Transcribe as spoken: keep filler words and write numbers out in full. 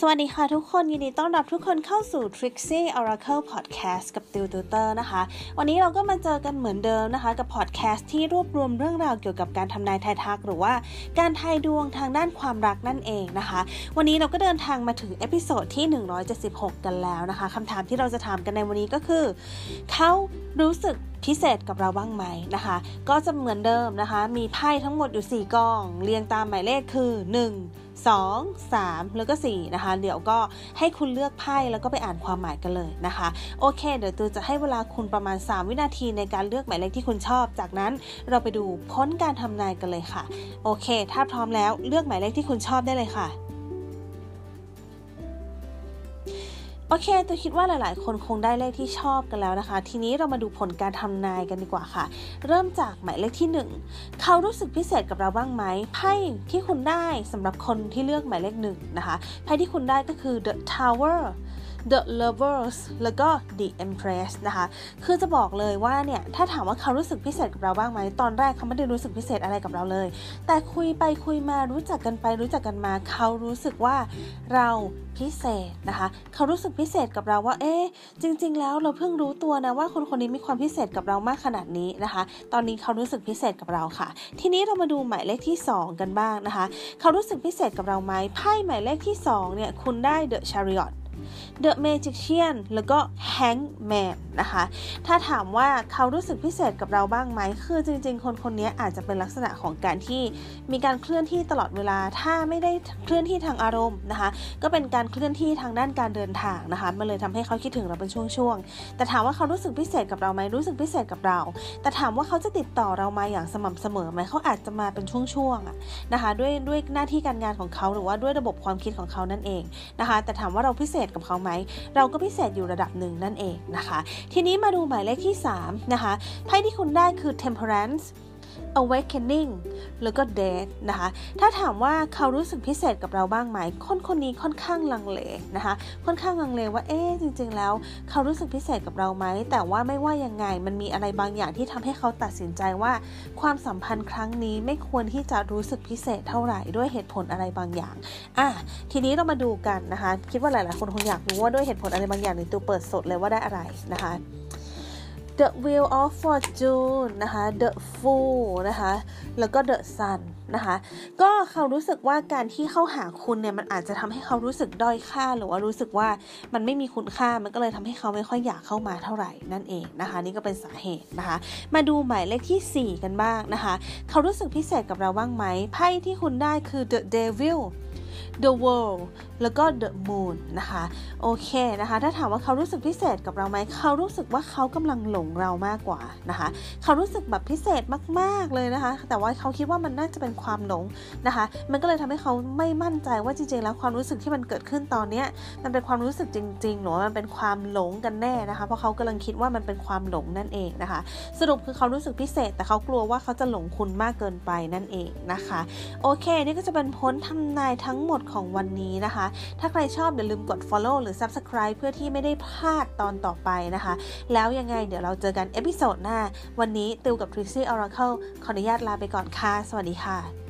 วัสดีค่ะทุกคนยินดีต้อนรับทุกคนเข้าสู่ Trixie Oracle Podcast กับติวติวเตอร์นะคะวันนี้เราก็มาเจอกันเหมือนเดิมนะคะกับ Podcast ที่รวบรวมเรื่องราวเกี่ยวกับการทำนายทายทักหรือว่าการทายดวงทางด้านความรักนั่นเองนะคะวันนี้เราก็เดินทางมาถึงเอพิโซดที่หนึ่งร้อยเจ็ดสิบหกกันแล้วนะคะคำถามที่เราจะถามกันในวันนี้ก็คือเขารู้สึกพิเศษกับเราบ้างไหมนะคะก็จะเหมือนเดิมนะคะมีไพ่ทั้งหมดอยู่สี่กองเรียงตามหมายเลขคือหนึ่ง สอง สามแล้วก็สี่นะคะเดี๋ยวก็ให้คุณเลือกไพ่แล้วก็ไปอ่านความหมายกันเลยนะคะโอเคเดี๋ยวตูจะให้เวลาคุณประมาณสามวินาทีในการเลือกหมายเลขที่คุณชอบจากนั้นเราไปดูผลการทำนายกันเลยค่ะโอเคถ้าพร้อมแล้วเลือกหมายเลขที่คุณชอบได้เลยค่ะโอเคตัวคิดว่าหลายๆคนคงได้เลขที่ชอบกันแล้วนะคะทีนี้เรามาดูผลการทำนายกันดีกว่าค่ะเริ่มจากหมายเลขที่หนึ่งเขารู้สึกพิเศษกับเราบ้างไหมไพ่ที่คุณได้สำหรับคนที่เลือกหมายเลขหนึ่งนะคะไพ่ที่คุณได้ก็คือ The Tower The Lovers แล้วก็ The Empress นะคะคือจะบอกเลยว่าเนี่ยถ้าถามว่าเขารู้สึกพิเศษกับเราบ้างไหมตอนแรกเขาไม่ได้รู้สึกพิเศษอะไรกับเราเลยแต่คุยไปคุยมารู้จักกันไปรู้จักกันมาเขารู้สึกว่าเราพิเศษนะคะเขารู้สึกพิเศษกับเราว่าเอ๊ะจริงๆแล้วเราเพิ่งรู้ตัวนะว่าคนคนนี้มีความพิเศษกับเรามากขนาดนี้นะคะตอนนี้เขารู้สึกพิเศษกับเราค่ะทีนี้เรามาดูหมายเลขที่สองกันบ้างนะคะเขารู้สึกพิเศษกับเราไหมไพ่หมายเลขที่สองเนี่ยคุณได้ The Chariot The Magician แล้วก็ Hangman นะคะถ้าถามว่าเขารู้สึกพิเศษกับเราบ้างไหมคือจริงๆคนคนนี้อาจจะเป็นลักษณะของการที่มีการเคลื่อนที่ตลอดเวลาถ้าไม่ได้เคลื่อนที่ทางอารมณ์นะคะก็เป็นการเคลื่อนที่ทางด้านการเดินทางนะคะมันเลยทำให้เขาคิดถึงเราเป็นช่วงๆแต่ถามว่าเขารู้สึกพิเศษกับเราไหมรู้สึกพิเศษกับเราแต่ถามว่าเขาจะติดต่อเรามาอย่างสม่ำเสมอไหมเขาอาจจะมาเป็นช่วงๆนะคะด้วยด้วยหน้าที่การงานของเขาหรือว่าด้วยระบบความคิดของเขานั่นเองนะคะแต่ถามว่าเราพิเศษกับเขาไหมเราก็พิเศษอยู่ระดับหนึ่งนั่นเองนะคะทีนี้มาดูหมายเลขที่สามนะคะไพ่ที่คุณได้คือ Temperance Awakening แล้วก็ Death นะคะถ้าถามว่าเขารู้สึกพิเศษกับเราบ้างไหมคนคนนี้ค่อนข้างลังเลนะคะค่อนข้างลังเลว่าเอ๊ะจริงๆแล้วเขารู้สึกพิเศษกับเราไหมแต่ว่าไม่ว่ายังไงมันมีอะไรบางอย่างที่ทำให้เขาตัดสินใจว่าความสัมพันธ์ครั้งนี้ไม่ควรที่จะรู้สึกพิเศษเท่าไหร่ด้วยเหตุผลอะไรบางอย่างอ่ะทีนี้เรามาดูกันนะคะคิดว่าหลายๆคนคงอยากรู้ว่าด้วยเหตุผลอะไรบางอย่างในตัวเปิดสดเลยว่าได้อะไรนะคะ The Wheel of Fortune นะคะ The Fool นะคะแล้วก็ The Sun นะคะก็เขารู้สึกว่าการที่เข้าหาคุณเนี่ยมันอาจจะทำให้เขารู้สึกด้อยค่าหรือว่ารู้สึกว่ามันไม่มีคุณค่ามันก็เลยทำให้เขาไม่ค่อยอยากเข้ามาเท่าไหร่นั่นเองนะคะนี่ก็เป็นสาเหตุนะคะมาดูหมายเลขที่สี่กันบ้างนะคะเขารู้สึกพิเศษกับเราบ้างไหมไพ่ที่คุณได้คือ The Devil The World แล้วก็ The Moon นะคะโอเคนะคะถ้าถามว่าเขารู้สึกพิเศษกับเราไหมเขารู้สึกว่าเขากำลังหลงเรามากกว่านะคะเขารู้สึกแบบพิเศษมากๆเลยนะคะแต่ว่าเขาคิดว่ามันน่าจะเป็นความหลงนะคะมันก็เลยทำให้เขาไม่มั่นใจว่าจริงๆแล้วความรู้สึกที่มันเกิดขึ้นตอนนี้มันเป็นความรู้สึกจริงๆหรือว่ามันเป็นความหลงกันแน่นะคะเพราะเขากำลังคิดว่ามันเป็นความหลงนั่นเองนะคะสรุปคือเขารู้สึกพิเศษแต่เขากลัวว่าเขาจะหลงคุณมากเกินไปนั่นเองนะคะโอเคนี่ก็จะเป็นผลทำนายทั้งหมดของวันนี้นะคะถ้าใครชอบอย่าลืมกด follow หรือ subscribe เพื่อที่ไม่ได้พลาดตอนต่อไปนะคะแล้วยังไงเดี๋ยวเราเจอกันเอพิโซดหน้าวันนี้ติวกับ Trixie Oracle ขออนุญาตลาไปก่อนค่ะสวัสดีค่ะ